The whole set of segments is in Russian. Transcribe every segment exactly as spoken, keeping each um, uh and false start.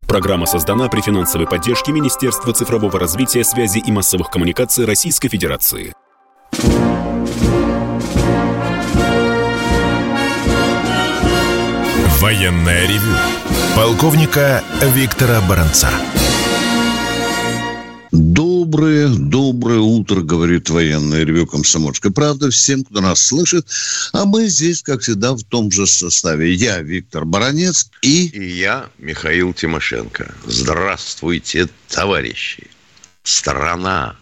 Программа создана при финансовой поддержке Министерства цифрового развития, связи и массовых коммуникаций Российской Федерации. Военное ревю полковника Виктора Баранца. Доброе, доброе утро, говорит военное ревю «Комсомольской правды» всем, кто нас слышит. А мы здесь, как всегда, в том же составе. Я Виктор Баранец и... И я Михаил Тимошенко. Здравствуйте, товарищи. Страна,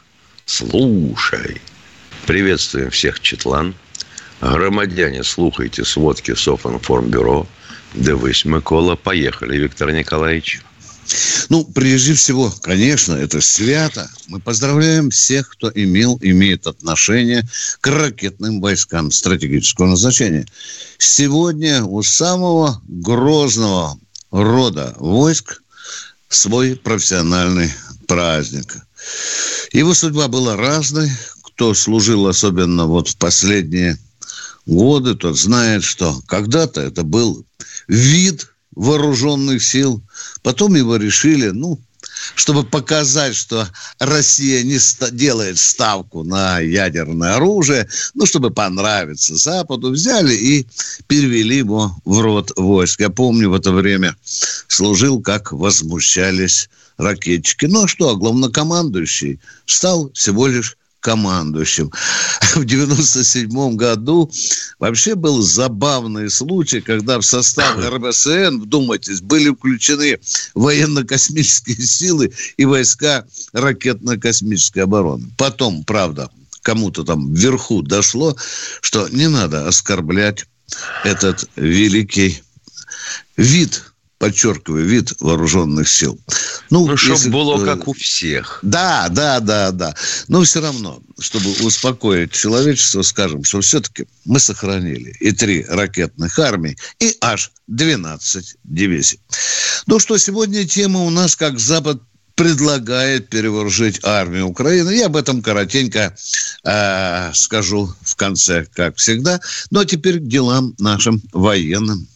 слушай. Приветствуем всех, Четлан. Громадяне, слухайте сводки Софинформбюро. Дивись, Микола. Поехали, Виктор Николаевич. Ну, прежде всего, конечно, это свято. Мы поздравляем всех, кто имел, имеет отношение к ракетным войскам стратегического назначения. Сегодня у самого грозного рода войск свой профессиональный праздник. Его судьба была разной. Кто служил особенно вот в последние годы, тот знает, что когда-то это был вид вооруженных сил. Потом его решили, ну, чтобы показать, что Россия не ста- делает ставку на ядерное оружие, ну, чтобы понравиться Западу, взяли и перевели его в род войск. Я помню, в это время служил, как возмущались ракетчики. Ну, а что, а главнокомандующий стал всего лишь командующим. В девяносто седьмом году вообще был забавный случай, когда в состав эр бэ эс эн, вдумайтесь, были включены военно-космические силы и войска ракетно-космической обороны. Потом, правда, кому-то там вверху дошло, что не надо оскорблять этот великий вид, подчеркиваю, вид вооруженных сил. Ну, ну чтобы было как у всех. Да, да, да, да. Но все равно, чтобы успокоить человечество, скажем, что все-таки мы сохранили и три ракетных армии, и аж двенадцать дивизий. Ну что, сегодня тема у нас, как Запад предлагает перевооружить армию Украины. Я об этом коротенько э, скажу в конце, как всегда. Ну, а теперь к делам нашим военным.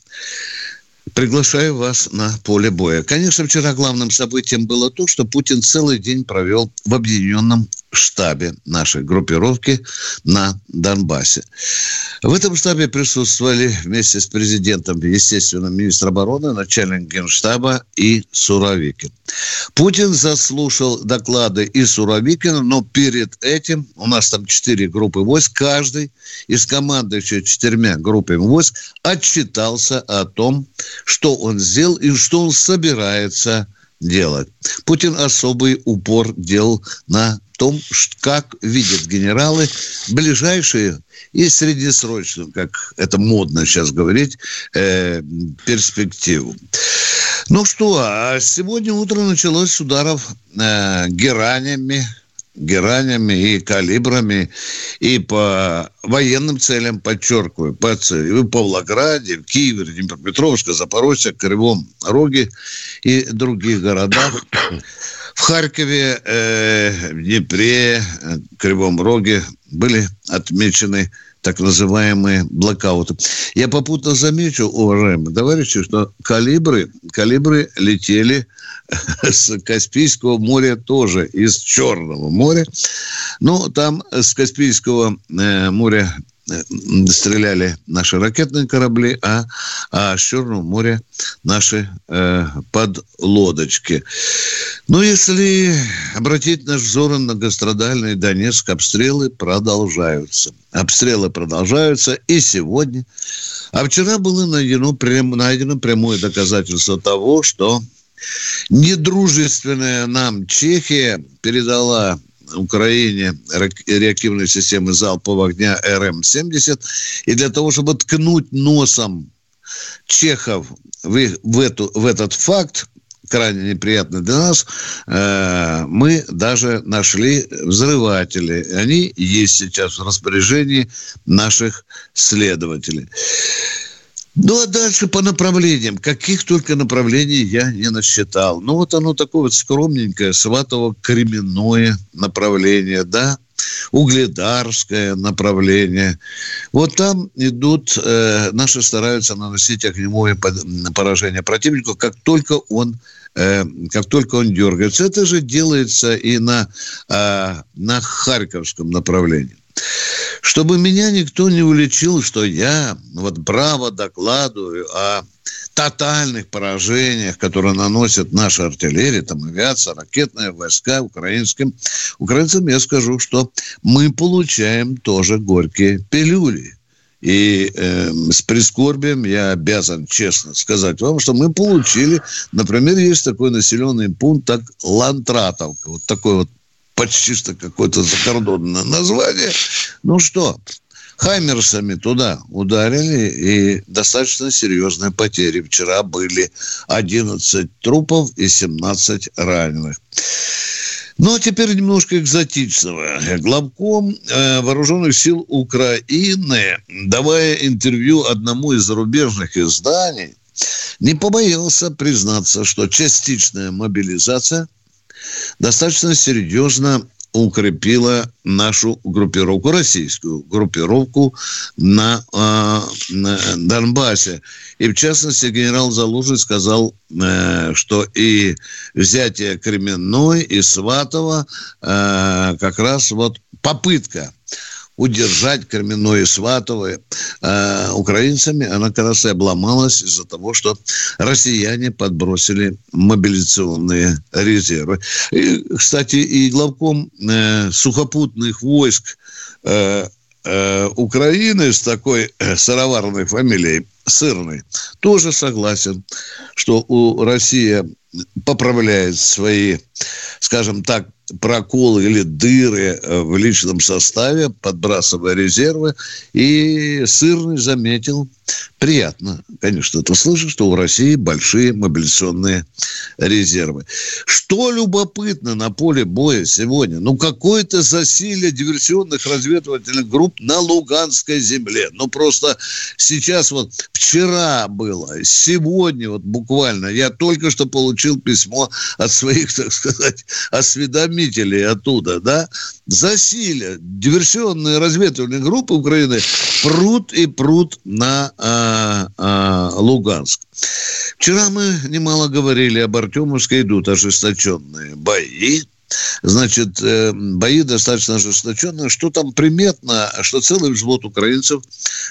Приглашаю вас на поле боя. Конечно, вчера главным событием было то, что Путин целый день провел в объединенном штабе нашей группировки на Донбассе. В этом штабе присутствовали вместе с президентом, естественно, министр обороны, начальник Генштаба и Суровикин. Путин заслушал доклады и Суровикина, но перед этим, у нас там четыре группы войск, каждый из командующих четырьмя группами войск отчитался о том, что он сделал и что он собирается делать. Путин особый упор делал на том, как видят генералы ближайшие и среднесрочную, как это модно сейчас говорить, э, перспективу. Ну что, а сегодня утром началось с ударов э, геранями, геранями и калибрами, и по военным целям, подчеркиваю, по целям, и в Павлограде, в Киеве, в Днепропетровске, Запорожье, Кривом Роге и других городах. В Харькове, э, в Днепре, Кривом Роге были отмечены так называемые блокауты. Я попутно замечу, уважаемые товарищи, что калибры, калибры летели с Каспийского моря тоже, из Черного моря. Ну, там с Каспийского э, моря стреляли наши ракетные корабли, а, а с Черного моря наши э, подлодочки. Ну, если обратить наш взор на многострадальный Донецк, обстрелы продолжаются. Обстрелы продолжаются и сегодня. А вчера было найдено, прям, найдено прямое доказательство того, что недружественная нам Чехия передала Украине реактивные системы залпового огня эр эм семьдесят. И для того, чтобы ткнуть носом чехов в, в, эту, в этот факт, крайне неприятный для нас, э, мы даже нашли взрыватели. Они есть сейчас в распоряжении наших следователей. Ну, а дальше по направлениям. Каких только направлений я не насчитал. Ну, вот оно такое вот скромненькое, Сватово-Кременное направление, да, Угледарское направление. Вот там идут, э, наши стараются наносить огневое поражение противнику, как только он э, как только он дергается. Это же делается и на, э, на Харьковском направлении. Чтобы меня никто не уличил, что я вот браво докладываю о тотальных поражениях, которые наносят наша артиллерия, там авиация, ракетные войска украинским. Украинцам я скажу, что мы получаем тоже горькие пилюли. И э, с прискорбием я обязан честно сказать вам, что мы получили, например, есть такой населенный пункт, как Лантратовка. Вот такой вот почти что какое-то закордонное название. Ну что, хаймерсами туда ударили, и достаточно серьезные потери. Вчера были одиннадцать трупов и семнадцать раненых. Ну, а теперь немножко экзотичного. Главком э, Вооруженных сил Украины, давая интервью одному из зарубежных изданий, не побоялся признаться, что частичная мобилизация достаточно серьезно укрепила нашу группировку, российскую группировку на, э, на Донбассе. И, в частности, генерал Залужный сказал, э, что и взятие Кременной, и Сватово э, как раз вот попытка удержать Кременной и Сватово э, украинцами, она как раз и обломалась из-за того, что россияне подбросили мобилизационные резервы. И, кстати, и главком э, сухопутных войск э, э, Украины с такой э, сыроварной фамилией, Сырной, тоже согласен, что у России поправляет свои, скажем так, проколы или дыры в личном составе, подбрасывая резервы. И Сырный заметил, приятно, конечно, это слышать, что у России большие мобилизационные резервы. Что любопытно на поле боя сегодня? Ну, какое-то засилие диверсионных разведывательных групп на Луганской земле. Ну, просто сейчас вот вчера было, сегодня вот буквально, я только что получил письмо от своих, так сказать, осведомителей оттуда, да, засилие диверсионные разведывательные группы Украины прут и прут на а, а, Луганск. Вчера мы немало говорили об Артемовске, идут ожесточенные бои. Значит, бои достаточно ожесточенные. Что там приметно, что целый взвод украинцев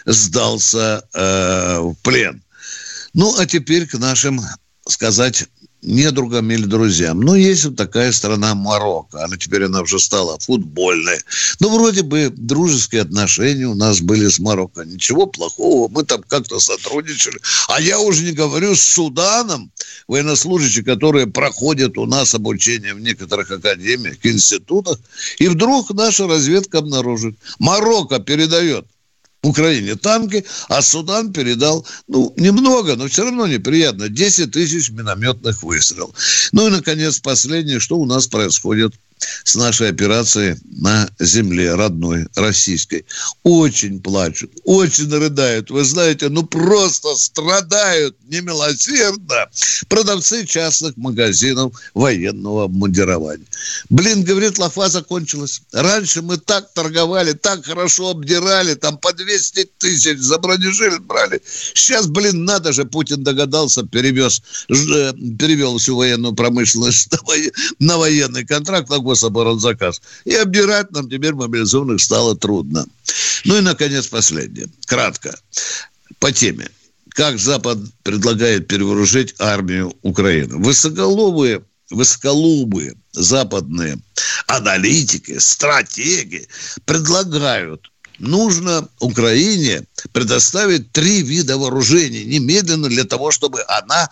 сдался э, в плен. Ну, а теперь к нашим, сказать, недругам или друзьям. Ну, есть вот такая страна Марокко. Она теперь она уже стала футбольной. Ну, вроде бы дружеские отношения у нас были с Марокко. Ничего плохого. Мы там как-то сотрудничали. А я уже не говорю с Суданом, военнослужащие, которые проходят у нас обучение в некоторых академиях, институтах. И вдруг наша разведка обнаружит. Марокко передает Украине танки, а Судан передал, ну, немного, но все равно неприятно, десять тысяч минометных выстрелов. Ну и, наконец, последнее, что у нас происходит с нашей операцией на земле родной, российской. Очень плачут, очень рыдают. Вы знаете, ну просто страдают немилосердно продавцы частных магазинов военного обмундирования. Блин, говорит, лафа закончилась. Раньше мы так торговали, так хорошо обдирали, там по двести тысяч за бронежилет брали. Сейчас, блин, надо же, Путин догадался, перевез, перевел всю военную промышленность на военный контракт, на гособоронзаказ. И обдирать нам теперь мобилизованных стало трудно. Ну и, наконец, последнее. Кратко. По теме. Как Запад предлагает перевооружить армию Украины. Высоколобые, высоколобые западные аналитики, стратеги предлагают, нужно Украине предоставить три вида вооружений немедленно для того, чтобы она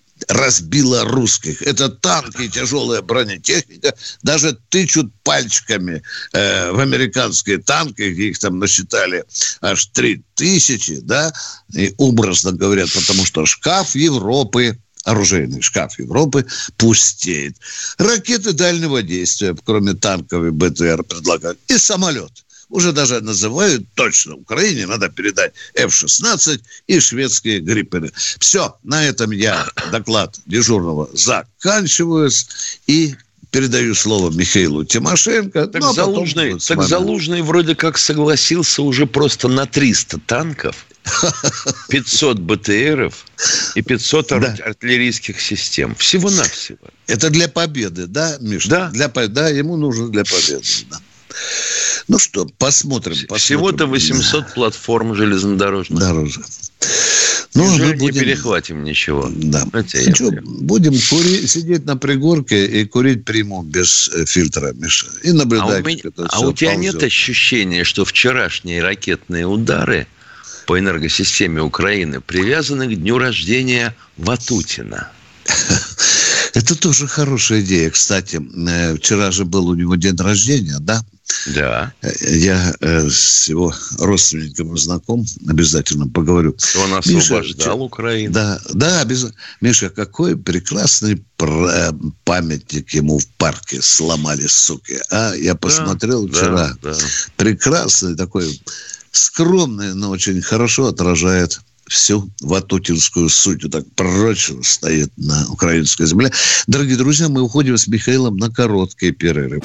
разбила русских. Это танки и тяжелая бронетехника. Даже тычут пальчиками э, в американские танки, их там насчитали аж три тысячи, да, и образно говорят, потому что шкаф Европы, оружейный шкаф Европы пустеет. Ракеты дальнего действия, кроме танков и БТР, предлагают. И самолет. Уже даже называют точно. Украине надо передать эф шестнадцать и шведские Гриппены. Все, на этом я доклад дежурного заканчиваю и передаю слово Михаилу Тимошенко. Так, ну, а Залужный, так Залужный вроде как согласился уже просто на триста танков, пятьсот БТРов и пятьсот ар- да. артиллерийских систем. Всего-навсего. Это для победы, да, Миша? Да. Для, да, ему нужно для победы. Да. Ну что, посмотрим. посмотрим. Всего-то восемьсот да. платформ железнодорожных. Дороже. Ну, мы будем... не перехватим ничего. Да. Ничего, будем курить, сидеть на пригорке и курить приму без фильтра, Миша. И наблюдать, а у, меня, как это а все у тебя ползет. нет ощущения, что вчерашние ракетные удары по энергосистеме Украины привязаны к дню рождения Ватутина? Это тоже хорошая идея. Кстати, вчера же был у него день рождения, да? Да. Я с его родственником знаком, обязательно поговорю. Он освобождал Миша, Украину. Да, да, обязательно. Миша, какой прекрасный памятник ему в парке сломали, суки. А я посмотрел да, вчера. Да, да. Прекрасный такой, скромный, но очень хорошо отражает всю ватутинскую суть. Вот так прочно стоит на украинской земле. Дорогие друзья, мы уходим с Михаилом на короткий перерыв.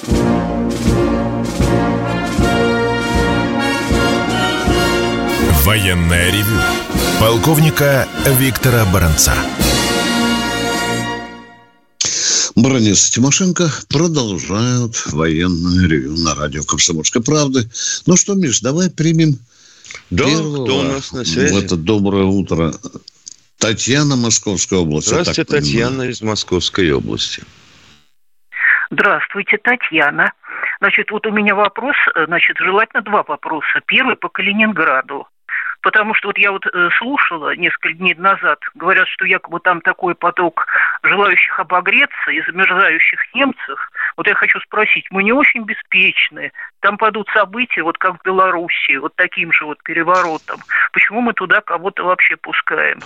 Военное ревю полковника Виктора Баранца. Баранец и Тимошенко продолжают военное ревю на радио «Комсомольской правды». Ну что, Миш, давай примем да, первого. Кто у нас на связи? В это доброе утро. Татьяна, Московская область. Здравствуйте, Татьяна из Московской области. Здравствуйте, Татьяна. Значит, вот у меня вопрос, значит, желательно два вопроса. Первый по Калининграду. Потому что вот я вот э, слушала несколько дней назад, говорят, что якобы там такой поток желающих обогреться и замерзающих немцев. Вот я хочу спросить, мы не очень беспечны? Там пойдут события, вот как в Белоруссии, вот таким же вот переворотом. Почему мы туда кого-то вообще пускаем?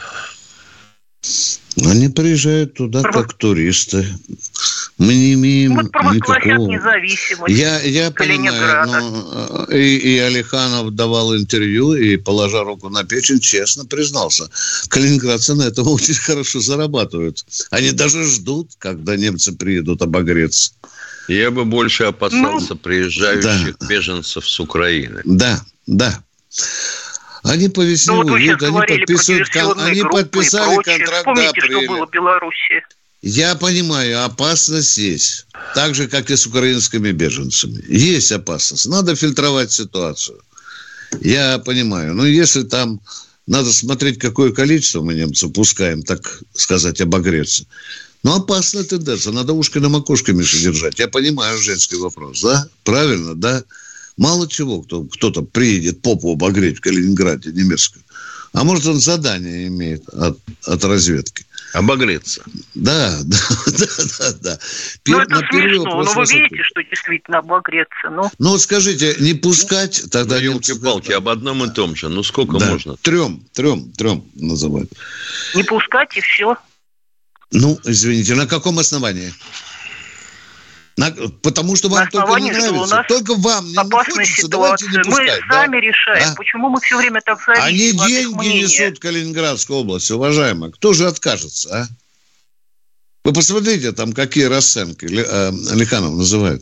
Они приезжают туда Про... как туристы. Мы не имеем вот никакого... Я, я понимаю, но и, и Алиханов давал интервью и, положа руку на печень, честно признался. Калининградцы на этом очень хорошо зарабатывают. Они даже ждут, когда немцы приедут обогреться. Я бы больше опасался ну, приезжающих да. беженцев с Украины. Да, да. Они по весне ну, уедут, они подписывают, они подписали контракт Помните, до апреля. Что было в Беларуси? Я понимаю, опасность есть. Так же, как и с украинскими беженцами. Есть опасность. Надо фильтровать ситуацию. Я понимаю. Но если там надо смотреть, какое количество мы немцев пускаем, так сказать, обогреться. Но опасная тенденция. Надо ушки на макушке, Миша, держать. Я понимаю женский вопрос, да? Правильно, да? Мало чего кто, кто-то приедет попу обогреть в Калининграде немецкую. А может, он задание имеет от, от разведки. Обогреться. Да, да, да, да, да. Ну, это смешно. Но вы видите, что действительно обогреться. Ну, ну вот скажите, не пускать, тогда... Ну, елки-палки, об одном и том же. Ну, сколько да. можно? Трем, трем, трем называют. Не пускать и все. Ну, извините, на каком основании? На, потому что вам только не нравится. Только вам не хочется, давайте не пускать. Мы сами да? решаем. А? Почему мы все время так зависим? Они деньги несут в Калининградскую область, уважаемые. Кто же откажется, а? Вы посмотрите, там какие расценки Алиханов называют.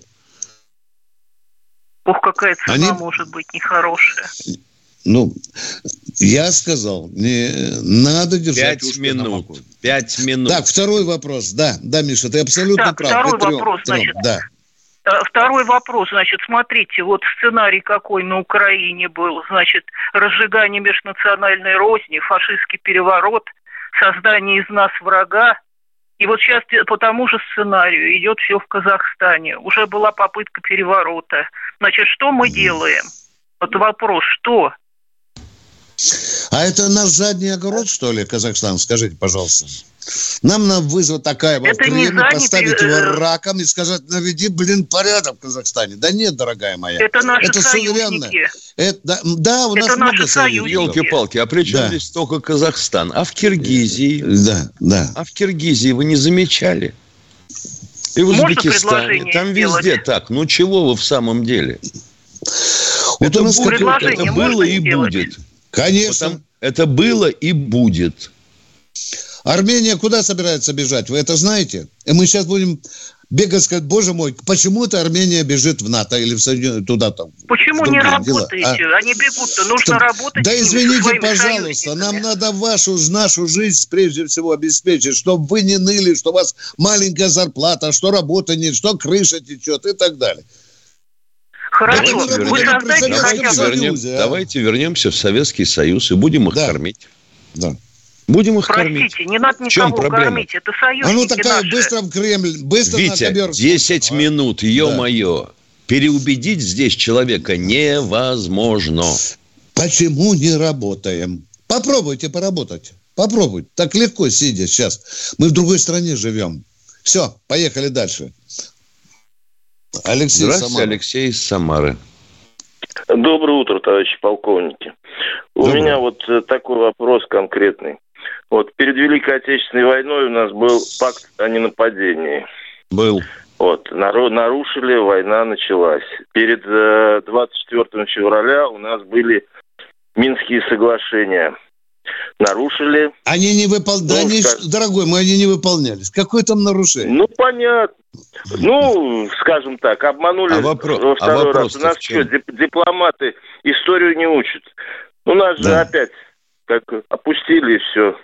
Ох, какая цена Они... может быть нехорошая. Ну, я сказал, не надо держать Пять минут. Пять минут. Так, второй вопрос. Да, да, Миша, ты абсолютно так, прав. Второй трем, вопрос, трем, значит. Да. Второй вопрос, значит, смотрите, вот сценарий какой на Украине был, значит, разжигание межнациональной розни, фашистский переворот, создание из нас врага. И вот сейчас по тому же сценарию идет все в Казахстане. Уже была попытка переворота. Значит, что мы делаем? Вот вопрос, что? А это наш задний огород, что ли, Казахстан? Скажите, пожалуйста. Нам надо вызвать такая вот время, поставить при... его раком и сказать, наведи, блин, порядок в Казахстане. Да нет, дорогая моя. Это наши это союзники. Это, да, да, у это нас много союзников. Елки-палки, а при чем да. здесь только Казахстан? А в Киргизии? Да, да. А в Киргизии вы не замечали? И в Узбекистане. Там везде сделать? Так. Ну чего вы в самом деле? Вот это, у нас будет, это было и сделать? Будет. Конечно. Потому это было и будет. Армения куда собирается бежать? Вы это знаете? И мы сейчас будем бегать, сказать, боже мой, почему это Армения бежит в НАТО или в Соединенные, туда-то? Почему не работаете? А? Они бегут-то, нужно Что? работать. Да извините, пожалуйста, нам надо вашу, нашу жизнь прежде всего обеспечить, чтобы вы не ныли, что у вас маленькая зарплата, что работа нет, что крыша течет и так далее. Хорошо, давайте, вы вернем, создайте давайте, хотя бы... вернем, а? давайте вернемся в Советский Союз и будем их да. кормить. Да. Будем их Простите, кормить. не надо никого кормить, это союзники А ну такая наши. Быстро в Кремль, быстро Витя, на ковер. десять а? минут, ё-моё. Да. Переубедить здесь человека невозможно. Почему не работаем? Попробуйте поработать. Попробуйте. Так легко сидя сейчас. Мы в другой стране живем. Все, поехали дальше. Алексей Здравствуйте, Самара. Алексей из Самары. Доброе утро, товарищи полковники. У Доброе. меня вот такой вопрос конкретный. Вот перед Великой Отечественной войной у нас был пакт о ненападении. Был. Вот, нарушили, война началась. Перед двадцать четвёртого февраля у нас были Минские соглашения. Нарушили. Они не выполнялись, ну, дорогой мой, они не выполнялись. Какое там нарушение? Ну, понятно. Ну, скажем так, обманули а вопро... во второй а раз. У нас что, дипломаты историю не учат? У нас да. же опять как опустили и все.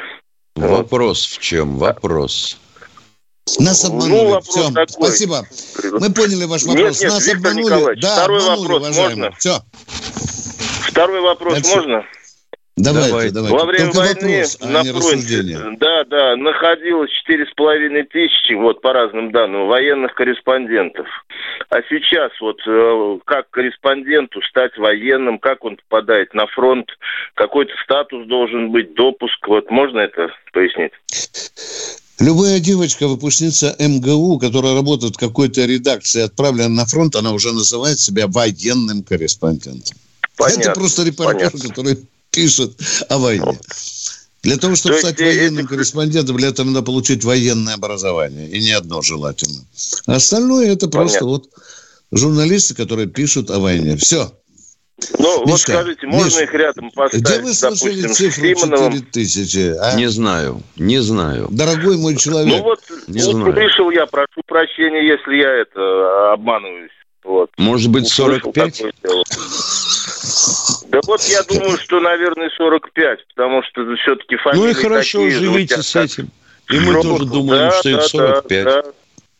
Вопрос вот. в чем? Вопрос. Нас обманули. Ну, вопрос все. Такой. Спасибо. Мы поняли ваш вопрос. Нет, нет, Нас Виктор обманули. Николаевич, да, второй обманули, вопрос уважаемые. можно? Все. Второй вопрос Дальше. можно? Давайте, давайте. Во время Только войны вопрос, на а не фронте, да, да, находилось четыре с половиной тысячи, вот по разным данным, военных корреспондентов. А сейчас вот как корреспонденту стать военным, как он попадает на фронт, какой-то статус должен быть, допуск, вот можно это пояснить? Любая девочка, выпускница эм гэ у, которая работает в какой-то редакции, отправлена на фронт, она уже называет себя военным корреспондентом. Понятно, это просто репортер, понятно. который пишет о войне. Для того, чтобы То стать военным эти... корреспондентом, для этого надо получить военное образование. И не одно желательно. А остальное это понятно. Просто вот журналисты, которые пишут о войне. Все. Ну, Мишка, вот скажите, можно Миш, их рядом поставить, где вы слышали допустим, цифру четыре тысячи? А? Не знаю, не знаю. Дорогой мой человек. Ну вот, не вот знаю. Решил я, прошу прощения, если я это обманываюсь. Вот. Может быть, сорок пять? Да вот я думаю, что, наверное, сорок пять, потому что все-таки фамилии Ну и хорошо, такие, живите вот, с этим. И мы тоже думаем, да, что да, их сорок пять. Да, да.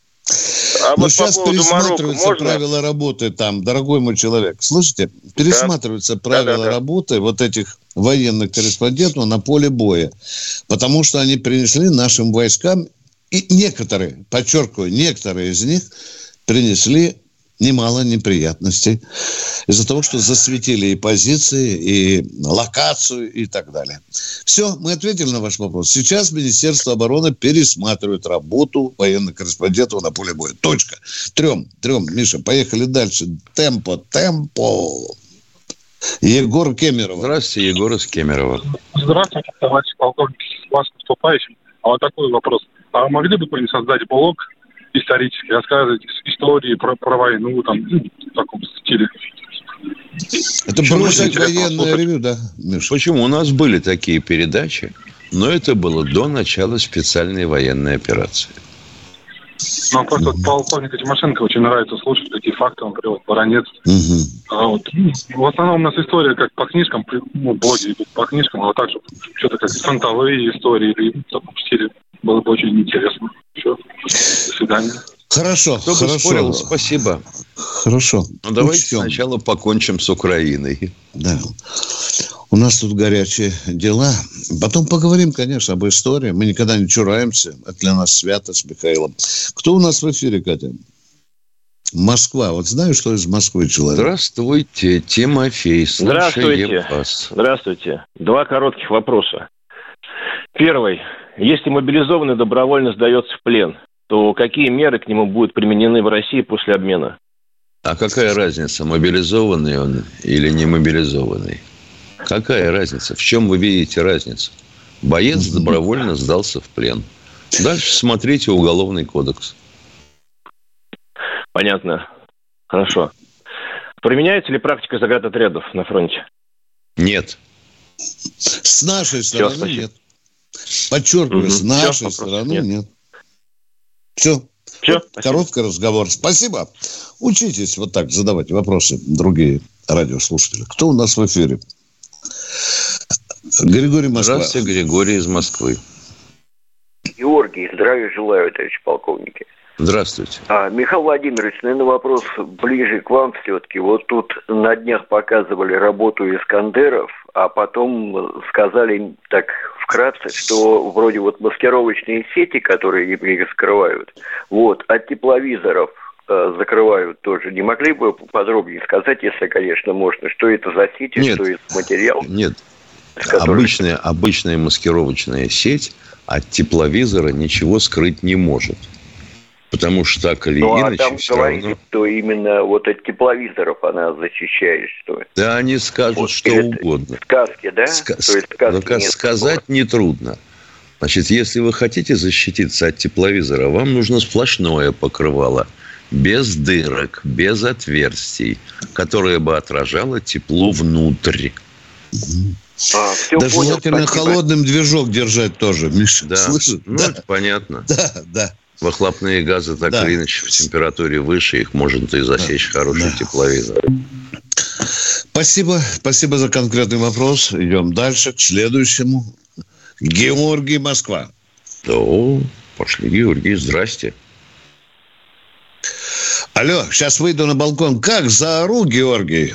А Но вот сейчас по пересматриваются Марокко правила работы там, дорогой мой человек. Слышите? Пересматриваются да. правила да, да, да. работы вот этих военных корреспондентов на поле боя. Потому что они принесли нашим войскам, и некоторые, подчеркиваю, некоторые из них принесли немало неприятностей из-за того, что засветили и позиции, и локацию, и так далее. Все, мы ответили на ваш вопрос. Сейчас Министерство обороны пересматривает работу военных корреспондентов на поле боя. Точка. Трем, трем. Миша, поехали дальше. Темпо, темпо. Егор Кемерово. Здравствуйте, Егор из Кемерово. Здравствуйте, товарищ полковник, с вас наступающим. А вот такой вопрос. А могли бы вы создать блог исторически, рассказывать истории про, про войну, там, в таком стиле? Это бросить военное ревью, да, Миша? Почему? У нас были такие передачи, но это было до начала специальной военной операции. Ну, просто mm-hmm. полковника Тимошенко очень нравится слушать, какие факты он приводит, Баранец. Mm-hmm. А вот, в основном у нас история как по книжкам, ну, блоги идут по книжкам, а вот так, чтобы что-то как фронтовые истории или в таком стиле было бы очень интересно. Все. До свидания. Хорошо, Кто хорошо. бы спорил, спасибо. Хорошо. Ну, давайте Учтем. сначала покончим с Украиной. Да. У нас тут горячие дела. Потом поговорим, конечно, об истории. Мы никогда не чураемся. Это для нас свято с Михаилом. Кто у нас в эфире, Катя? Москва. Вот знаю, что из Москвы человек. Здравствуйте, Тимофей. Здравствуйте. Вас. Здравствуйте. Два коротких вопроса. Первый. Если мобилизованный добровольно сдается в плен, то какие меры к нему будут применены в России после обмена? А какая разница, мобилизованный он или не мобилизованный? Какая разница? В чем вы видите разницу? Боец добровольно сдался в плен. Дальше смотрите Уголовный кодекс. Понятно. Хорошо. Применяется ли практика заградотрядов на фронте? Нет. С нашей стороны Все, нет. Подчеркиваю, угу. с нашей Все, стороны нет. нет. Все. Все, вот короткий разговор. Спасибо. Учитесь вот так задавать вопросы другие радиослушатели. Кто у нас в эфире? Григорий Москва. Здравствуйте, Григорий из Москвы. Георгий, здравия желаю, товарищ полковники. Здравствуйте. А, Михаил Владимирович, наверное, вопрос ближе к вам все-таки. Вот тут на днях показывали работу Искандеров, а потом сказали так вкратце, что вроде вот маскировочные сети, которые их скрывают, вот, от тепловизоров э, закрывают тоже. Не могли бы подробнее сказать, если, конечно, можно, что это за сети, Нет. что это за материал? Нет. Который... Обычная, обычная маскировочная сеть от тепловизора ничего скрыть не может. Потому что так или ну, иначе а там все говорите, равно... что именно вот от тепловизоров она защищает, что ли? Да, они скажут вот, что угодно. Сказки, да? Ска- То есть сказки ну, нет сказать такого. нетрудно. Значит, если вы хотите защититься от тепловизора, вам нужно сплошное покрывало. Без дырок, без отверстий, которое бы отражало тепло внутрь. А, да желательно холодным движок держать тоже, Миша. Да, слышишь? ну, да. это понятно. Да, да. Выхлопные газы так да. или иначе в температуре выше, их может и засечь да. хороший да. тепловизор. Спасибо. Спасибо за конкретный вопрос. Идем дальше к следующему. Георгий, Москва. Да, пошли, Георгий, здрасте. Алло, сейчас выйду на балкон. Как заору, Георгий?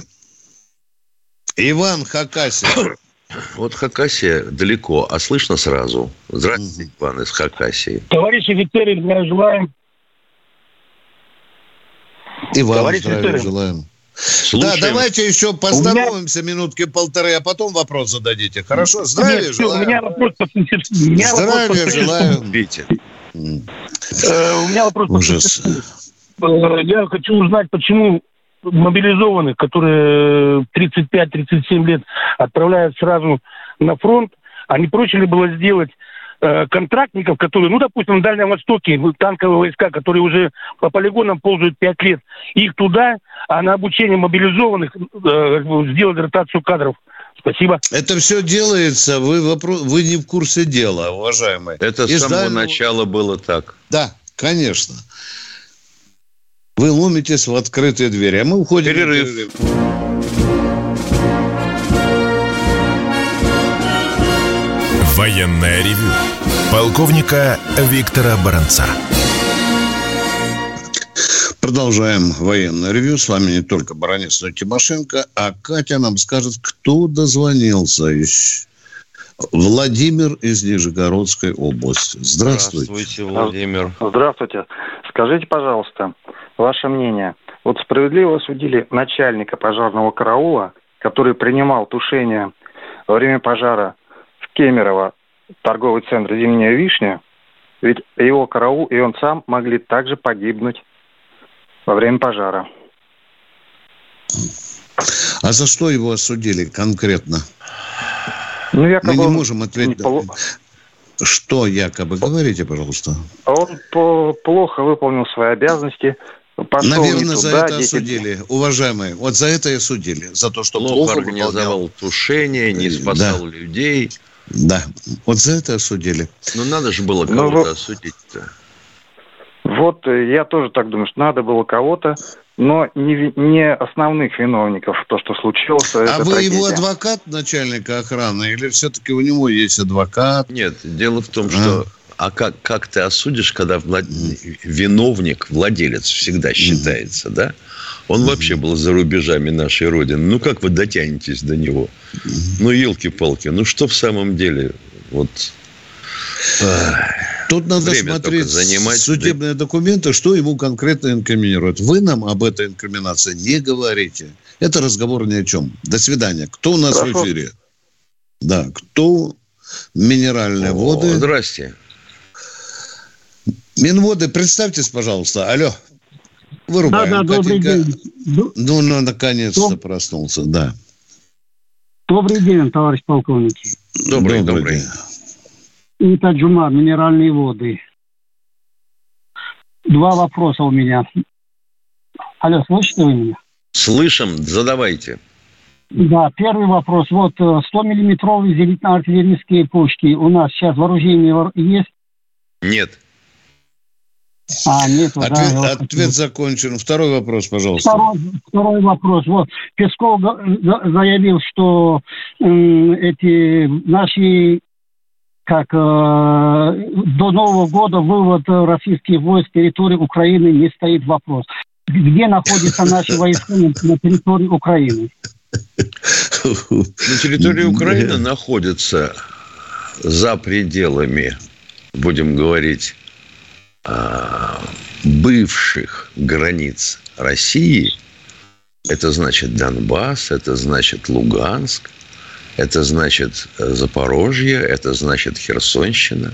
Иван, Хакасия. Вот Хакасия далеко, а слышно сразу. Здравствуйте, Иван из Хакасии. Товарищ офицеры, здравия желаем. Иван, Товарищ здравия офицеры. Желаем. Слушаем. Да, давайте еще поздороваемся меня... минутки полторы, а потом вопрос зададите. Хорошо? Здравия Нет, желаю. У меня вопрос по... меня Здравия вопрос желаю. Витя. Э, у меня вопрос Ужас. По... Я хочу узнать, почему мобилизованных, которые тридцать пять - тридцать семь лет отправляют сразу на фронт, а не проще ли было сделать э, контрактников, которые, ну, допустим, на Дальнем Востоке, танковые войска, которые уже по полигонам ползают пять лет, их туда, а на обучение мобилизованных э, сделать ротацию кадров. Спасибо. Это все делается, вы, вопро... вы не в курсе дела, уважаемые. Это с самого Дальнего... начала было так. Да, конечно. Вы ломитесь в открытые двери, а мы уходим. Перерыв. перерыв. Военное ревю полковника Виктора Баранца. Продолжаем военное ревю. С вами не только Баранец, но и Тимошенко. А Катя нам скажет, кто дозвонился. Владимир из Нижегородской области. Здравствуйте. Здравствуйте, Владимир. Здравствуйте. Скажите, пожалуйста, ваше мнение. Вот справедливо осудили начальника пожарного караула, который принимал тушение во время пожара в Кемерово, торговый центр «Зимняя вишня». Ведь его караул и он сам могли также погибнуть во время пожара. А за что его осудили конкретно? Ну, якобы Мы не можем ответить. Пол... Что якобы? Говорите, пожалуйста. Он по- плохо выполнил свои обязанности. Пошел Наверное, туда, за это дети... осудили. Уважаемые, вот за это и осудили. За то, что плохо, плохо организовал выполнял. тушение, не спасал да. людей. Да, вот за это осудили. Ну, надо же было кого-то ну, осудить-то. Вот я тоже так думаю, что надо было кого-то, но не, не основных виновников, то, что случилось. А это вы трагедия. его адвокат начальника охраны или все-таки у него есть адвокат? Нет, дело в том, что... А как, как ты осудишь, когда влад... виновник, владелец всегда считается, mm-hmm. да? Он mm-hmm. вообще был за рубежами нашей Родины. Ну, как вы дотянетесь до него? Mm-hmm. Ну, елки-палки, ну, что в самом деле? Вот... Тут надо Время смотреть занимать, судебные да. документы, что ему конкретно инкриминируют. Вы нам об этой инкриминации не говорите. Это разговор ни о чем. До свидания. Кто у нас Хорошо. в эфире? Да, кто? Минеральные О, воды. Здрасте. Минводы, представьтесь, пожалуйста. Алло. Вырубаем. Да, да, добрый день. Ну, ну, наконец-то Доб... проснулся, да. Добрый день, товарищ полковник. Добрый, добрый. добрый. Это Джумар, минеральные воды. Два вопроса у меня. Алло, слышите вы меня? Слышим, задавайте. Да, первый вопрос. Вот сто-миллиметровые зенитно-артиллерийские пушки у нас сейчас вооружение есть? Нет. А, нет, ответ, да, ответ закончен. Второй вопрос, пожалуйста. Второй, второй вопрос. Вот Песков заявил, что э, эти наши, как э, до Нового года вывод российских войск с территории Украины не стоит вопрос. Где находятся наши войска на территории Украины? На территории Украины находятся за пределами, будем говорить, бывших границ России. Это значит Донбасс, это значит Луганск, это значит Запорожье, это значит Херсонщина.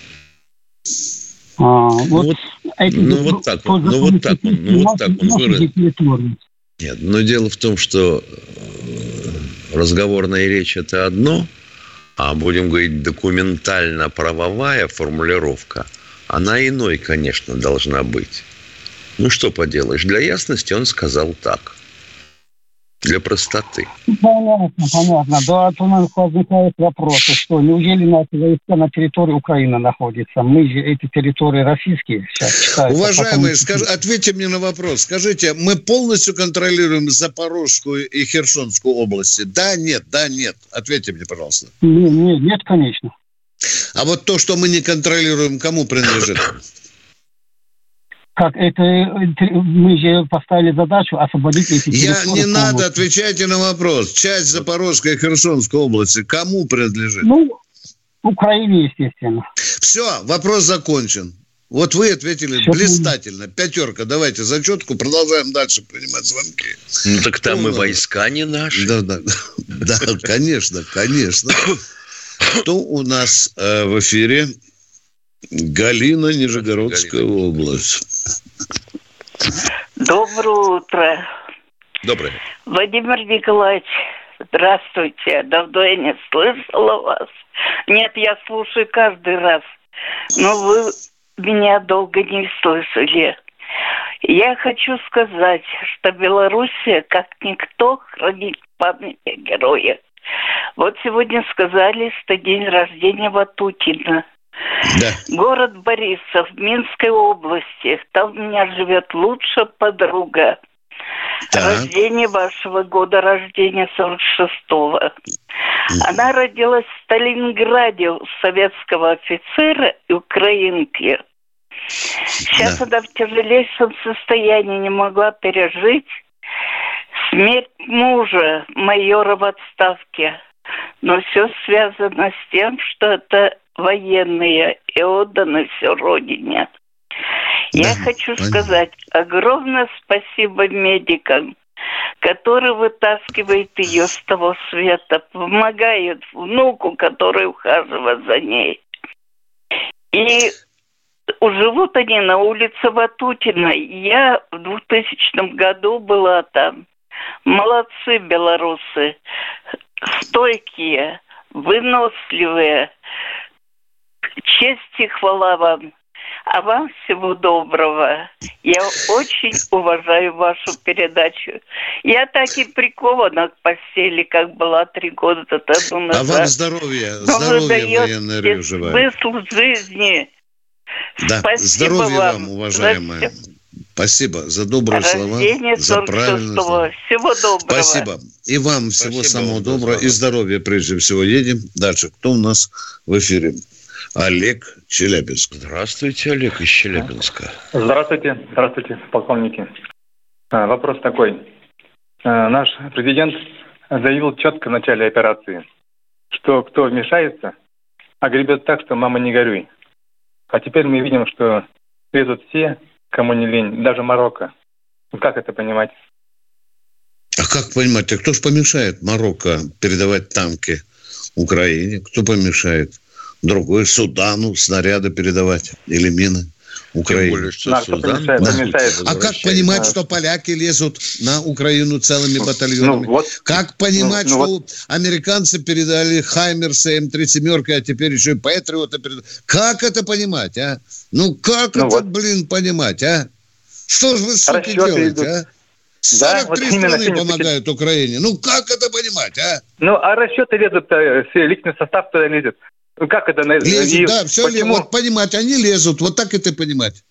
А, вот, ну, вот, эти, ну, вот так он, ну, вот так он, ну, вот так он выразил. Нет, но дело в том, что разговорная речь – это одно, а, будем говорить, документально-правовая формулировка, она иной, конечно, должна быть. Ну, что поделаешь, для ясности он сказал так. Для простоты. Понятно, понятно. Да, то у нас возникает вопрос, что неужели наши войска на территории Украины находятся? Мы же эти территории российские сейчас считаем. Уважаемые, скаж... ответьте мне на вопрос. Скажите, мы полностью контролируем Запорожскую и Херсонскую области? Да, нет, да, нет. Ответьте мне, пожалуйста. Нет, нет, нет, конечно. А вот то, что мы не контролируем, кому принадлежит? Как это, мы же поставили задачу освободить эти территории. Я не надо, отвечайте на вопрос. Часть Запорожской и Херсонской области кому принадлежит? Ну, Украине, естественно. Все, вопрос закончен. Вот вы ответили Все блистательно. Пятерка. Давайте зачетку. Продолжаем дальше принимать звонки. Ну, так там ну, и войска не наши. Да, да, да, конечно, конечно. Кто у нас э, в эфире? Галина, Нижегородская Галина. область. Доброе утро. Доброе. Владимир Николаевич, здравствуйте. Давно я не слышала вас. Нет, я слушаю каждый раз. Но вы меня долго не слышали. Я хочу сказать, что Белоруссия, как никто, хранит память о героях. Вот сегодня сказали, что день рождения Ватутина. Да. Город Борисов, Минской области. Там у меня живет лучшая подруга. Так. Рождение вашего года рождения сорок шестого. Она родилась в Сталинграде у советского офицера и украинки. Сейчас да. она в тяжелейшем состоянии не могла пережить смерть мужа, майора в отставке. Но все связано с тем, что это военные и отданы все родине. Да, Я хочу понятно. сказать огромное спасибо медикам, которые вытаскивают ее с того света, помогают внуку, который ухаживает за ней. И живут они на улице Ватутина. Я в двухтысячном году была там. Молодцы белорусы, стойкие, выносливые. Честь и хвала вам. А вам всего доброго. Я очень уважаю вашу передачу. Я так и прикована к постели, как была три года тому назад. А вам здоровья, здоровья военное рыжевое. Смысл жизни. Да, Спасибо здоровья вам, вам, уважаемая. Спасибо за добрые Рождение слова, за правильное. Всего доброго. Спасибо. И вам всего Спасибо самого вам, доброго да, и здоровья прежде всего. Едем дальше. Кто у нас в эфире? Олег, Челябинск. Здравствуйте, Олег из Челябинска. Здравствуйте, здравствуйте, полковники. Вопрос такой. Наш президент заявил четко в начале операции, что кто вмешается, огребет так, что мама не горюй. А теперь мы видим, что лезут все, кому не лень, даже Марокко. Как это понимать? А как понимать? А кто ж помешает Марокко передавать танки Украине? Кто помешает? Другой Судану снаряды передавать или мины Украине. Более, что да, Судан, помешает, да. помешает. А как понимать, да. что поляки лезут на Украину целыми батальонами? Ну, вот, как понимать, ну, что вот. американцы передали Хаймерсы, эм три семь, а теперь еще и Патриоты передали? Как это понимать, а? Ну, как ну, это, вот. блин, понимать, а? Что же вы, суки, делаете, идут. а? сорок три да, вот страны помогают таки... Украине. Ну, как это понимать, а? Ну, а расчеты лезут, личный состав туда лезет. Ну, как это? Лезут, и да, все почему? Вот понимать, они лезут, вот так это понимать.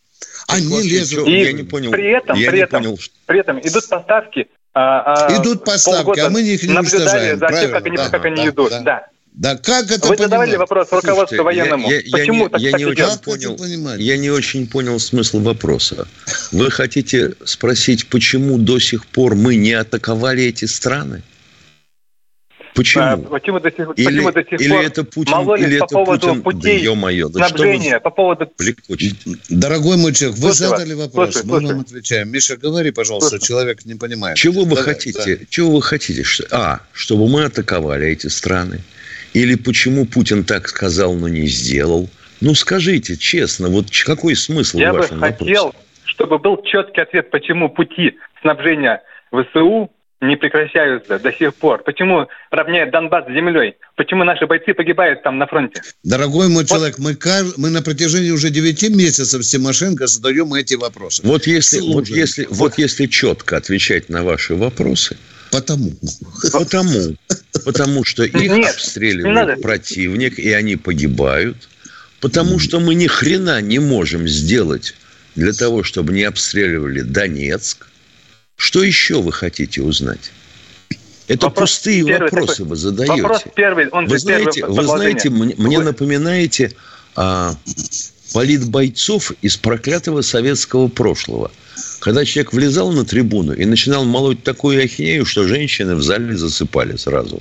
Они лезут. И я не понял. При этом, я при, не этом, понял. при этом идут поставки. А, а, идут поставки, а мы их не уничтожаем. За тем, как они, да, как они да, идут. Да. Да. Да как это Вы понимать? задавали вопрос руководству Слушайте, военному. Я, я, Почему я, так, я, так не очень идет? понял, я не очень понял смысл вопроса. Вы хотите спросить, почему до сих пор мы не атаковали эти страны? Почему? А, почему до сих, или, почему до сих или пор это Путин, мололись или по это поводу Путин, путей да ё-моё, да снабжения, что вы по поводу... Дорогой мой человек, вы Слушай задали вас. вопрос, Слушай, мы слушай. вам отвечаем. Миша, говори, пожалуйста, Слушай. человек не понимает. Чего вы Да, хотите? да. Чего вы хотите? Что, а, чтобы мы атаковали эти страны? Или почему Путин так сказал, но не сделал? Ну, скажите честно, вот какой смысл Я в бы вашем хотел, вопросе? чтобы был четкий ответ, почему пути снабжения ВСУ не прекращаются до сих пор. Почему равняют Донбасс с землей? Почему наши бойцы погибают там на фронте? Дорогой мой вот. человек, мы, мы на протяжении уже девяти месяцев с Тимошенко задаем эти вопросы. Вот если, вот если, вот если четко отвечать на ваши вопросы, Потому. Потому. Потому что их Нет, обстреливает противник, и они погибают. Потому что мы ни хрена не можем сделать для того, чтобы не обстреливали Донецк. Что еще вы хотите узнать? Это вопрос пустые вопросы такой, вы задаете. Вопрос первый, он вы же знаете, первый вы знаете, мне, мне напоминаете а, политбойцов из проклятого советского прошлого. Когда человек влезал на трибуну и начинал молоть такую ахинею, что женщины в зале засыпали сразу.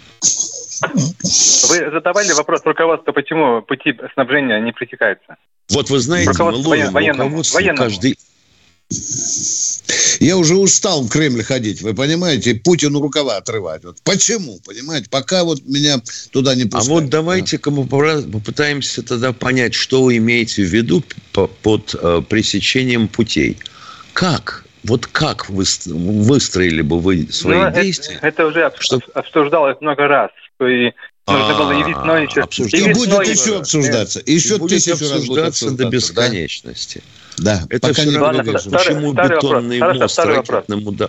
Вы задавали вопрос руководству, почему пути снабжения не пресекаются? Вот вы знаете, мы ловим военному, руководство военному. каждый... Я уже устал в Кремль ходить, вы понимаете, Путину рукава отрывать. Вот почему, понимаете, пока вот меня туда не пускают. А вот давайте-ка мы попытаемся тогда понять, что вы имеете в виду под э, пресечением путей. Как? Вот как вы выстроили бы вы свои ну, действия? Это, это уже что... обсуждалось много раз. И нужно было и весной еще. Обсуждать. И будет еще обсуждаться. И еще тысячу раз будет обсуждаться. До бесконечности. Да. Это все равно, как, почему второй бетонный вопрос. мост Хорошо, ракетным ударом.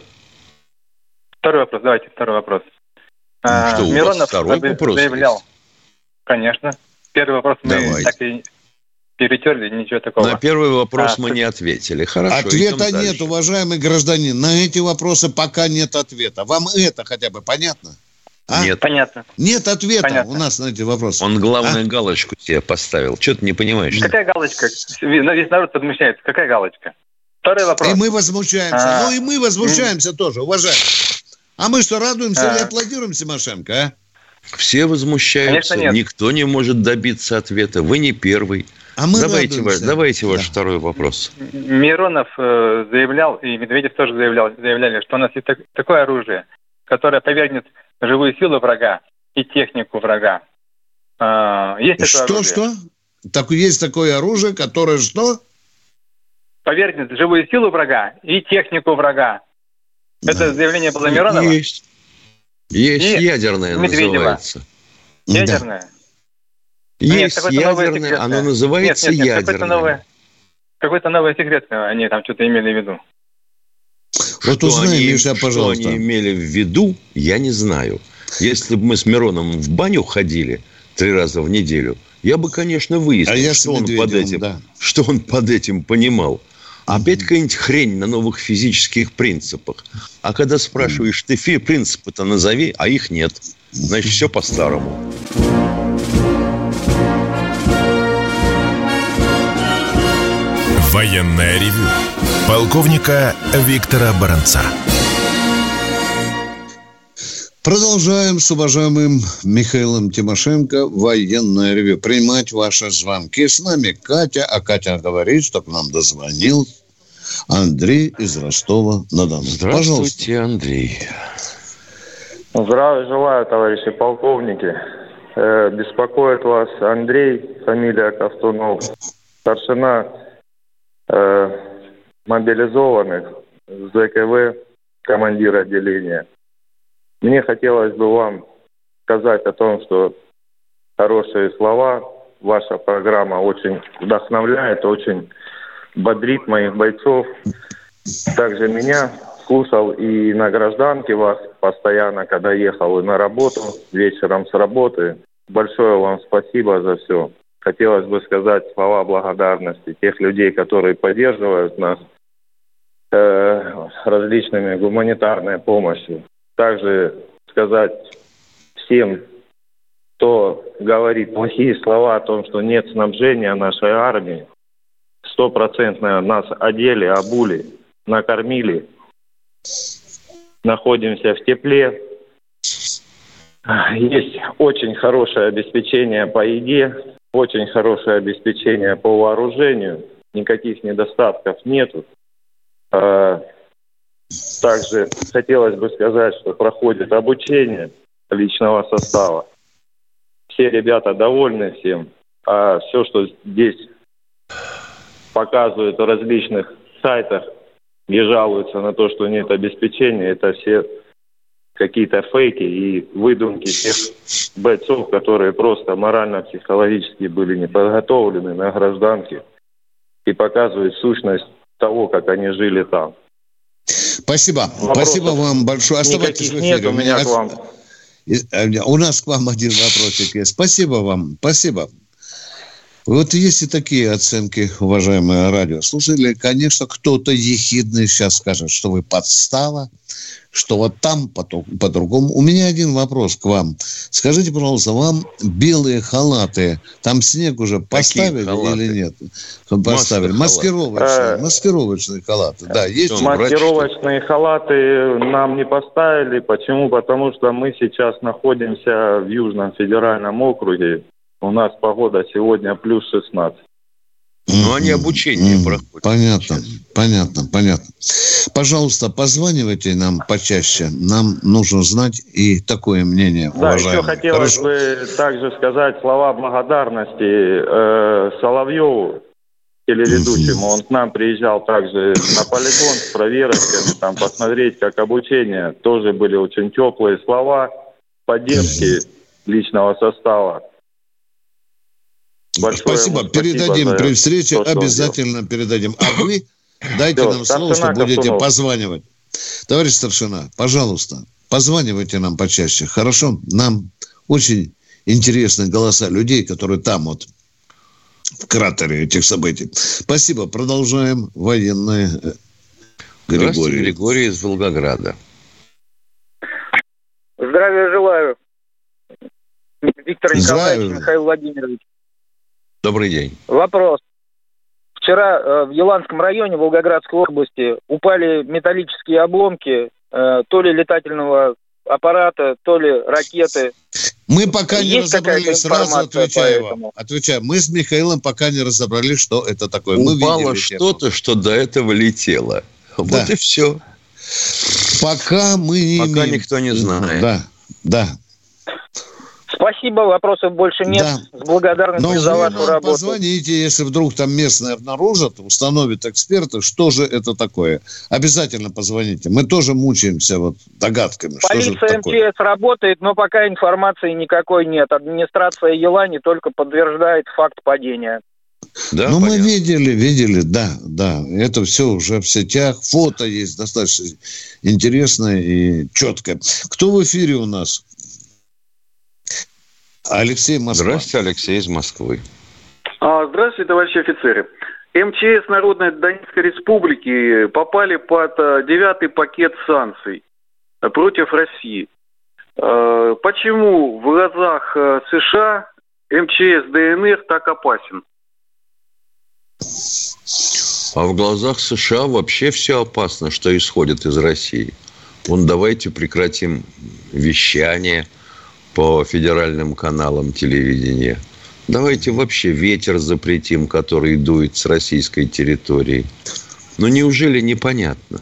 Второй вопрос, давайте, второй вопрос. Ну, а, что, у Миронов вас второй вопрос заявлял. есть? Конечно. Первый вопрос мы Давайте. так и перетерли, ничего такого. На первый вопрос а, мы не ответили. Хорошо. Ответа нет, уважаемый гражданин. На эти вопросы пока нет ответа. Вам это хотя бы понятно? А? Нет. Понятно. Нет ответа Понятно. у нас на эти вопросы. Он главную а? галочку себе поставил. Что ты не понимаешь? Какая галочка? Весь народ возмущается. Какая галочка? Второй вопрос. И мы возмущаемся. А? Ну и мы возмущаемся mm. тоже, уважаемые. А мы что, радуемся а? или аплодируем Тимошенко, а? Все возмущаются. Никто не может добиться ответа. Вы не первый. А мы давайте ваш, давайте ваш да. второй вопрос. Миронов э, заявлял, и Медведев тоже заявлял, заявляли, что у нас есть так, такое оружие, которое повергнет живую силу врага и технику врага. А, есть такое что, оружие. Что, что? Так, есть такое оружие, которое что? Повергнет живую силу врага и технику врага. Да. Это заявление было Миронова? Есть. Есть и ядерное Медведева. Называется. Ядерное? Да. Есть нет, ядерное, оно называется нет, нет, нет, ядерное. Какой-то новый, какой-то новый секрет они там что-то имели в виду. Вот что узнай, они, Миша, пожалуйста. Что они имели в виду, я не знаю. Если бы мы с Мироновым в баню ходили три раза в неделю, я бы, конечно, выяснил, а что, он под этим, да. что он под этим понимал. Опять какая-нибудь хрень на новых физических принципах. А когда спрашиваешь, ты принципы-то назови, а их нет. Значит, все по-старому. Военное ревю полковника Виктора Баранца. Продолжаем с уважаемым Михаилом Тимошенко военное ревю. Принимать ваши звонки. С нами Катя. А Катя говорит, что к нам дозвонил Андрей из Ростова-на-Дону. Здравствуйте, пожалуйста. Андрей. Здравия желаю, товарищи полковники. Э, беспокоит вас Андрей, фамилия Ковтунов, старшина э, мобилизованных с ЗКВ, командир отделения. Мне хотелось бы вам сказать о том, что хорошие слова, ваша программа очень вдохновляет, очень бодрит моих бойцов. Также меня слушал и на гражданке вас постоянно, когда ехал и на работу, вечером с работы. Большое вам спасибо за все. хотелось бы сказать слова благодарности тех людей, которые поддерживают нас э, различными гуманитарной помощью. Также сказать всем, кто говорит плохие слова о том, что нет снабжения нашей армии, стопроцентно нас одели, обули, накормили, находимся в тепле. Есть очень хорошее обеспечение по еде, очень хорошее обеспечение по вооружению, никаких недостатков нету. Также хотелось бы сказать, что проходит обучение личного состава. Все ребята довольны всем, а все, что здесь показывают в различных сайтах, где жалуются на то, что нет обеспечения, это все какие-то фейки и выдумки тех бойцов, которые просто морально-психологически были не подготовлены на гражданке и показывают сущность того, как они жили там. Спасибо. Вопросов Спасибо вам большое. Оставайтесь в эфире. Нет у меня к вам. У нас к вам один вопросик есть. Спасибо вам. Спасибо. Вот есть и такие оценки, уважаемые радиослушатели. Конечно, кто-то ехидный сейчас скажет, что вы подстава, что вот там по-другому. У меня один вопрос к вам. Скажите, пожалуйста, вам белые халаты, там снег уже поставили или нет? Поставили. Маскировочные, маскировочные халаты. Да, есть маскировочные халаты нам не поставили. Почему? Потому что мы сейчас находимся в Южном федеральном округе. У нас погода сегодня плюс шестнадцать. Ну, они обучение mm, проходят. Понятно, понятно, понятно. Пожалуйста, позванивайте нам почаще. Нам нужно знать и такое мнение, да, уважаемые. еще хотелось Хорошо. бы также сказать слова благодарности э, Соловьеву, телеведущему. Mm-hmm. Он к нам приезжал также на полигон с проверочками, там посмотреть, как обучение. Тоже были очень теплые слова поддержки mm-hmm. личного состава. Большое спасибо. Передадим при встрече, то, обязательно передадим. А вы дайте Все, нам слово, что будете Ковтунов. позванивать. Товарищ старшина, пожалуйста, позванивайте нам почаще. Хорошо? Нам очень интересны голоса людей, которые там вот в кратере этих событий. Спасибо. Продолжаем. Военные. Григорий. Григорий из Волгограда. Здравия желаю. Виктор Николаевич, Здравия. Михаил Владимирович. Добрый день. Вопрос. Вчера э, в Еланском районе Волгоградской области упали металлические обломки э, то ли летательного аппарата, то ли ракеты. Мы пока Есть не разобрались, сразу отвечаю вам. Отвечаю. Мы с Михаилом пока не разобрались, что это такое. Мы Упало что-то, что до этого летело. Да. Вот и все. Пока мы не Пока имеем... никто не знает. Да, да. Спасибо, вопросов больше нет. Да. С благодарностью Но за вы вашу нам работу. Позвоните, если вдруг там местные обнаружат, установят эксперты, что же это такое. Обязательно позвоните. Мы тоже мучаемся вот догадками. Полиция МЧС работает, но пока информации никакой нет. Администрация Елани только подтверждает факт падения. Да, ну, мы видели, видели, да, да. Это все уже в сетях. Фото есть достаточно интересное и четкое. Кто в эфире у нас? Алексей, Москва. Здравствуйте, Алексей из Москвы. А, здравствуйте, товарищи офицеры. МЧС Народной Донецкой Республики попали под девятый пакет санкций против России. А, почему в глазах США МЧС ДНР так опасен? А в глазах США вообще все опасно, что исходит из России. Вон давайте прекратим вещание по федеральным каналам телевидения. Давайте вообще ветер запретим, который дует с российской территории. Ну, неужели непонятно?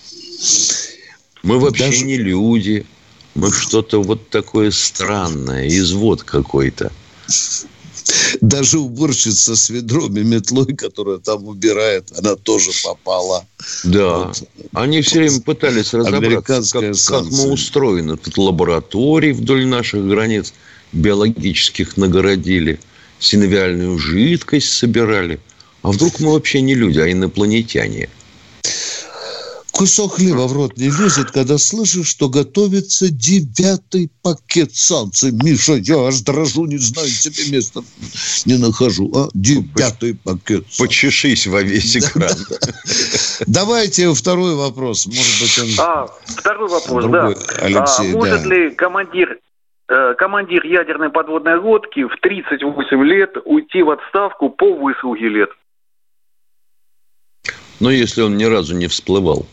Мы вообще Даже... не люди. Мы что-то вот такое странное, извод какой-то. Даже уборщица с ведром и метлой, которая там убирает, она тоже попала. Да. Вот. Они все время пытались разобраться, как, как мы устроены. Тут лаборатории вдоль наших границ биологических нагородили, синовиальную жидкость собирали. А вдруг мы вообще не люди, а инопланетяне? Кусок хлеба в рот не лезет, когда слышишь, что готовится девятый пакет санкций. Миша, я аж дрожу, не знаю, себе места не нахожу. А? Девятый пакет санкций. Почешись во весь экран. Да, да. Давайте второй вопрос. Может быть, он... А, второй вопрос, другой. да. Алексей, а, может да. ли командир, э, командир ядерной подводной лодки в тридцать восемь лет уйти в отставку по выслуге лет? Но если он ни разу не всплывал.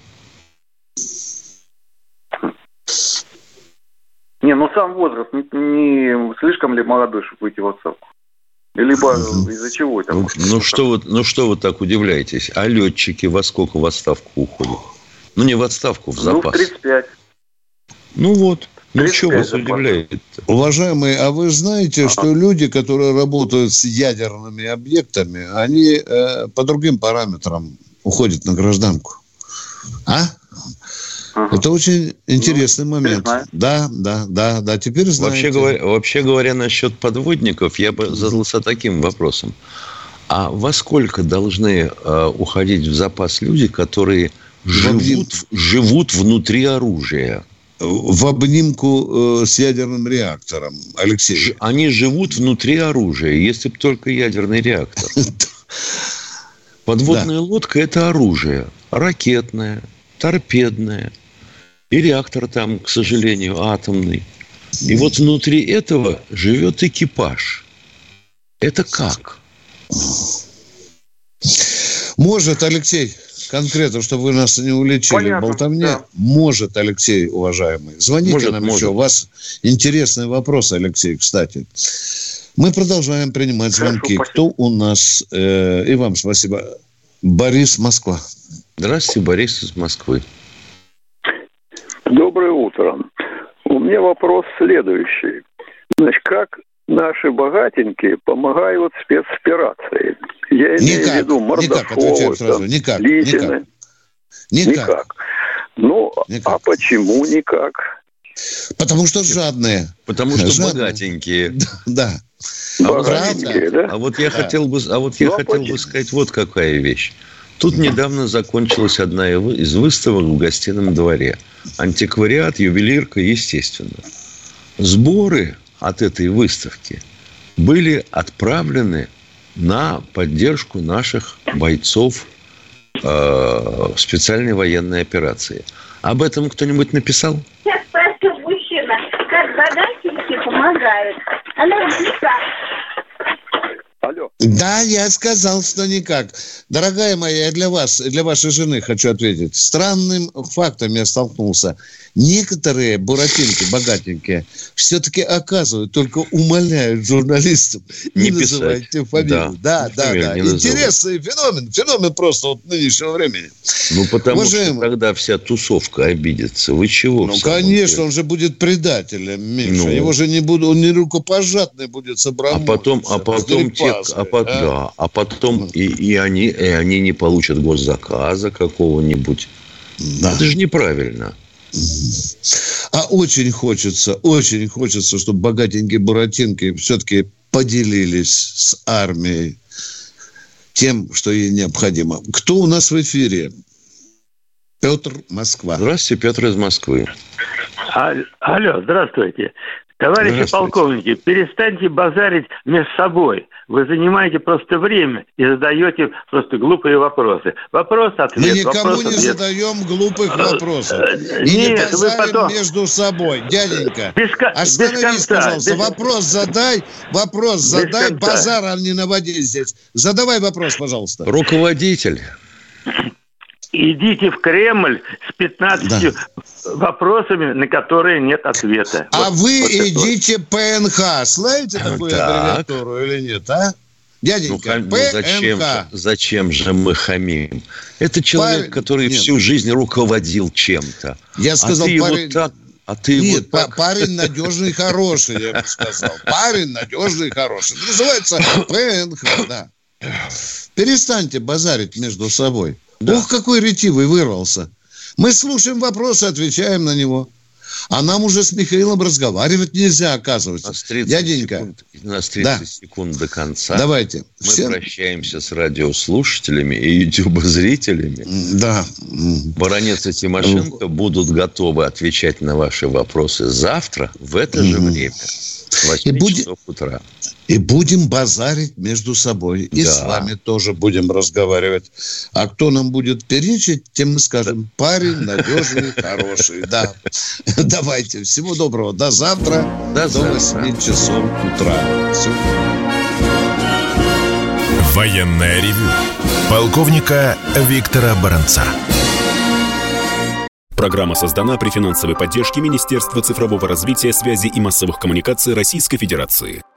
Не, ну сам возраст не, не слишком ли молодой, чтобы выйти в отставку? Либо из-за чего это? Ну, ну, что вы, ну что вы так удивляетесь? А летчики во сколько в отставку уходят? Ну не в отставку, в запас. Ну в тридцать пять. Ну вот. Ну что вас удивляет? Уважаемые, а вы знаете, ага. что люди, которые работают с ядерными объектами, они э, по другим параметрам уходят на гражданку? А? Ага. Это очень интересный ну, момент. Да, да, да, да. Теперь знаете. Вообще говоря, вообще говоря, насчет подводников, я бы задался таким вопросом. А во сколько должны э, уходить в запас люди, которые живут, живут внутри оружия? В обнимку э, с ядерным реактором, Алексей. Ж, они живут внутри оружия, если бы только ядерный реактор. Подводная лодка – это оружие. Ракетное, торпедное. И реактор там, к сожалению, атомный. И вот внутри этого живет экипаж. Это как? Может, Алексей, конкретно, чтобы вы нас не уличили Понятно, в болтовне, да. может, Алексей, уважаемый. Звоните может, нам может. еще. У вас интересный вопрос, Алексей, кстати. Мы продолжаем принимать звонки. Хорошо, Кто у нас? Э, и вам спасибо. Борис, Москва. Здравствуйте, Борис из Москвы. Доброе утро. У меня вопрос следующий. Значит, как наши богатенькие помогают спецоперации? Я имею никак, в виду Мордашова, сразу. Никак, Литина. Никак. никак. Ну, никак. А почему никак? Потому что жадные. Потому что жадные. богатенькие. Да. А вот, да? а вот я да. хотел бы, а вот я ну, хотел бы сказать вот какая вещь. Тут недавно закончилась одна из выставок в Гостином дворе. Антиквариат, ювелирка, естественно. Сборы от этой выставки были отправлены на поддержку наших бойцов э, специальной военной операции. Об этом кто-нибудь написал? Сейчас спросил мужчина, как богатенькие помогают. Она никак. Алло. Да, я сказал, что никак. Дорогая моя, я для вас, для вашей жены хочу ответить. Странным фактом я столкнулся. Некоторые буратинки, богатенькие, все-таки оказывают, только умоляют журналистов, не, не называйте фамилию. Да, да, да. да. Интересный феномен. Феномен просто вот нынешнего времени. Ну, потому Уважаемый... что тогда вся тусовка обидится. Вы чего? Ну, конечно, деле? Он же будет предателем, Миша. Ну... Его же не будет, он не рукопожатный будет с Абрамовичем. А потом, а потом, те, а потом, а? Да, а потом и, и, они, и они не получат госзаказа какого-нибудь. Да. Это же неправильно. А очень хочется, очень хочется, чтобы богатенькие буратинки все-таки поделились с армией тем, что ей необходимо. Кто у нас в эфире? Петр, Москва. Здравствуйте, Петр из Москвы. Алло, здравствуйте. Товарищи здравствуйте. полковники, перестаньте базарить между собой. Вы занимаете просто время и задаете просто глупые вопросы. Вопрос-ответ. Мы никому вопрос, не ответ. задаем глупых вопросов. И Нет, не базарим вы потом... между собой. Дяденька, без, остановись, без конца, пожалуйста. без... Вопрос задай, вопрос без задай. Конца. Базара не наводи здесь. Задавай вопрос, пожалуйста. Руководитель. Идите в Кремль с пятнадцатью да. вопросами, на которые нет ответа. А вот, вы вот идите ПНХ. Знаете такую так. аббревиатуру или нет, а? Дяденька, ну, ПНХ. Ну, зачем, зачем же мы хамим? Это человек, Пар... который нет. всю жизнь руководил чем-то. Я сказал, а ты парень... его так... А ты Нет, его так... парень надежный, хороший, я бы сказал. Парень надежный, хороший. Это называется ПНХ, да. Перестаньте базарить между собой. Да. Ух, какой ретивый вырвался. Мы слушаем вопросы, отвечаем на него. А нам уже с Михаилом разговаривать нельзя, оказывается. У нас тридцать Дяденька. Секунд, у нас тридцать да. секунд до конца. Давайте. Мы Всем... прощаемся с радиослушателями и ютубозрителями. Да. Баронец и Тимошенко будут готовы отвечать на ваши вопросы завтра в это же время. восемь часов утра. И будем базарить между собой. И да. с вами тоже будем разговаривать. А кто нам будет перечить, тем мы скажем: парень надежный, хороший. Да. Давайте. Всего доброго. До завтра. До, до восьми часов утра. Все. Военное ревю полковника Виктора Баранца. Программа создана при финансовой поддержке Министерства цифрового развития, связи и массовых коммуникаций Российской Федерации.